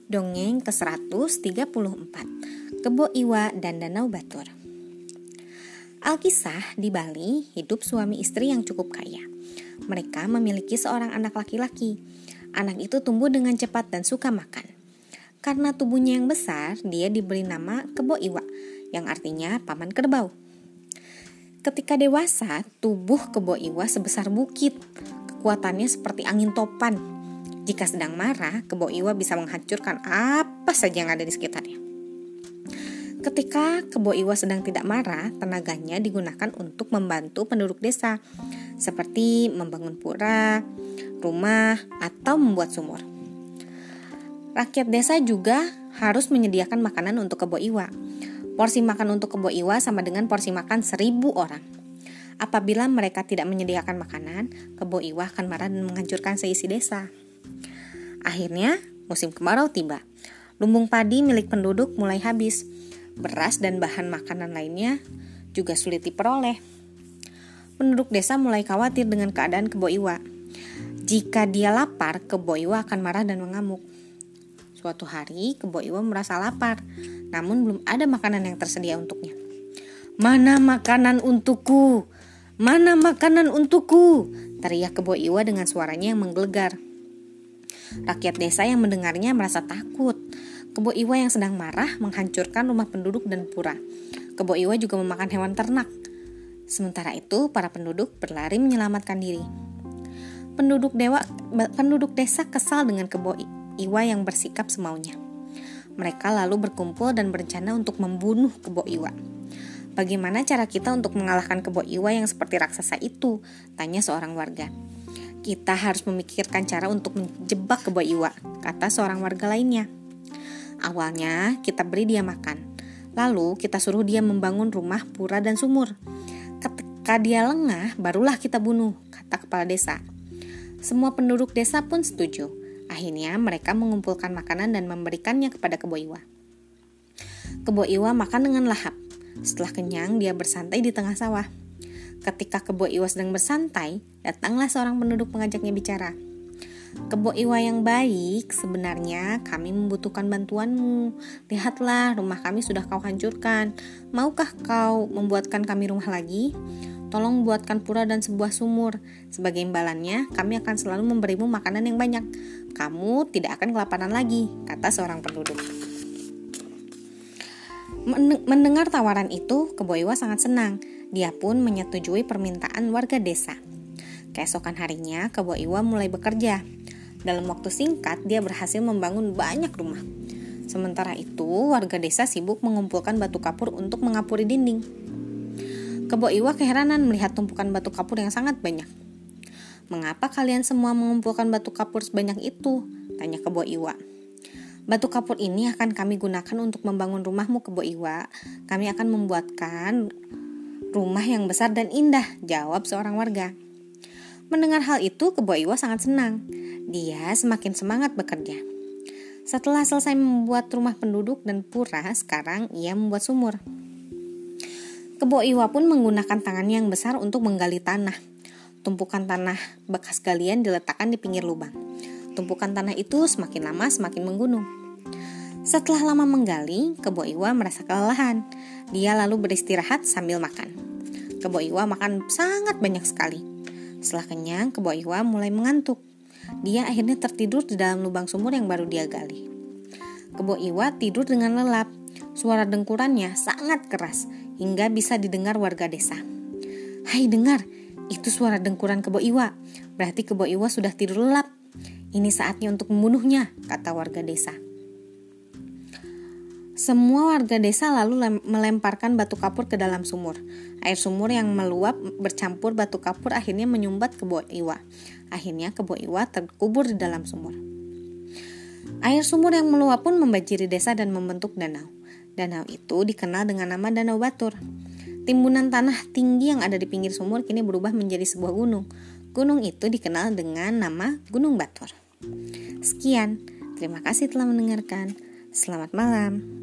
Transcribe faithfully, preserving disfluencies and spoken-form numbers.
Dongeng ke seratus tiga puluh empat, Kebo Iwa dan Danau Batur. Alkisah, di Bali hidup suami istri yang cukup kaya. Mereka memiliki seorang anak laki-laki. Anak itu tumbuh dengan cepat dan suka makan. Karena tubuhnya yang besar, dia diberi nama Kebo Iwa, yang artinya paman kerbau. Ketika dewasa, tubuh Kebo Iwa sebesar bukit. Kekuatannya seperti angin topan. Jika sedang marah, Kebo Iwa bisa menghancurkan apa saja yang ada di sekitarnya. Ketika Kebo Iwa sedang tidak marah, tenaganya digunakan untuk membantu penduduk desa, seperti membangun pura, rumah, atau membuat sumur. Rakyat desa juga harus menyediakan makanan untuk Kebo Iwa. Porsi makan untuk Kebo Iwa sama dengan porsi makan seribu orang. Apabila mereka tidak menyediakan makanan, Kebo Iwa akan marah dan menghancurkan seisi desa. Akhirnya, musim kemarau tiba. Lumbung padi milik penduduk mulai habis. Beras dan bahan makanan lainnya juga sulit diperoleh. Penduduk desa mulai khawatir dengan keadaan Kebo Iwa. Jika dia lapar, Kebo Iwa akan marah dan mengamuk. Suatu hari, Kebo Iwa merasa lapar, namun belum ada makanan yang tersedia untuknya. "Mana makanan untukku? Mana makanan untukku?" teriak Kebo Iwa dengan suaranya yang menggelegar. Rakyat desa yang mendengarnya merasa takut. Kebo Iwa yang sedang marah menghancurkan rumah penduduk dan pura. Kebo Iwa juga memakan hewan ternak. Sementara itu, para penduduk berlari menyelamatkan diri. Penduduk dewa, penduduk desa kesal dengan Kebo Iwa yang bersikap semaunya. Mereka lalu berkumpul dan berencana untuk membunuh Kebo Iwa. "Bagaimana cara kita untuk mengalahkan Kebo Iwa yang seperti raksasa itu?" tanya seorang warga. "Kita harus memikirkan cara untuk menjebak Kebo Iwa," kata seorang warga lainnya. "Awalnya kita beri dia makan, lalu kita suruh dia membangun rumah, pura, dan sumur. Ketika dia lengah, barulah kita bunuh," kata kepala desa. Semua penduduk desa pun setuju. Akhirnya mereka mengumpulkan makanan dan memberikannya kepada Kebo Iwa. Kebo Iwa makan dengan lahap. Setelah kenyang, dia bersantai di tengah sawah. Ketika Kebo Iwa sedang bersantai, datanglah seorang penduduk mengajaknya bicara. "Kebo Iwa yang baik, sebenarnya kami membutuhkan bantuanmu. Lihatlah, rumah kami sudah kau hancurkan. Maukah kau membuatkan kami rumah lagi? Tolong buatkan pura dan sebuah sumur. Sebagai imbalannya, kami akan selalu memberimu makanan yang banyak. Kamu tidak akan kelaparan lagi," kata seorang penduduk. Mendengar tawaran itu, Kebo Iwa sangat senang. Dia pun menyetujui permintaan warga desa. Keesokan harinya, Kebo Iwa mulai bekerja. Dalam waktu singkat, dia berhasil membangun banyak rumah. Sementara itu, warga desa sibuk mengumpulkan batu kapur untuk mengapuri dinding. Kebo Iwa keheranan melihat tumpukan batu kapur yang sangat banyak. "Mengapa kalian semua mengumpulkan batu kapur sebanyak itu?" tanya Kebo Iwa. "Batu kapur ini akan kami gunakan untuk membangun rumahmu, Kebo Iwa. Kami akan membuatkan rumah yang besar dan indah," jawab seorang warga. Mendengar hal itu, Kebo Iwa sangat senang. Dia semakin semangat bekerja. Setelah selesai membuat rumah penduduk dan pura, sekarang ia membuat sumur. Kebo Iwa pun menggunakan tangannya yang besar untuk menggali tanah. Tumpukan tanah bekas galian diletakkan di pinggir lubang. Tumpukan tanah itu semakin lama semakin menggunung. Setelah lama menggali, Kebo Iwa merasa kelelahan. Dia lalu beristirahat sambil makan. Kebo Iwa makan sangat banyak sekali. Setelah kenyang, Kebo Iwa mulai mengantuk. Dia akhirnya tertidur di dalam lubang sumur yang baru dia gali. Kebo Iwa tidur dengan lelap. Suara dengkurannya sangat keras hingga bisa didengar warga desa. "Hai, dengar, itu suara dengkuran Kebo Iwa. Berarti Kebo Iwa sudah tidur lelap. Ini saatnya untuk membunuhnya," kata warga desa. Semua warga desa lalu lem- melemparkan batu kapur ke dalam sumur. Air sumur yang meluap bercampur batu kapur akhirnya menyumbat Kebo Iwa. Akhirnya Kebo Iwa terkubur di dalam sumur. Air sumur yang meluap pun membanjiri desa dan membentuk danau. Danau itu dikenal dengan nama Danau Batur. Timbunan tanah tinggi yang ada di pinggir sumur kini berubah menjadi sebuah gunung. Gunung itu dikenal dengan nama Gunung Batur. Sekian, terima kasih telah mendengarkan. Selamat malam.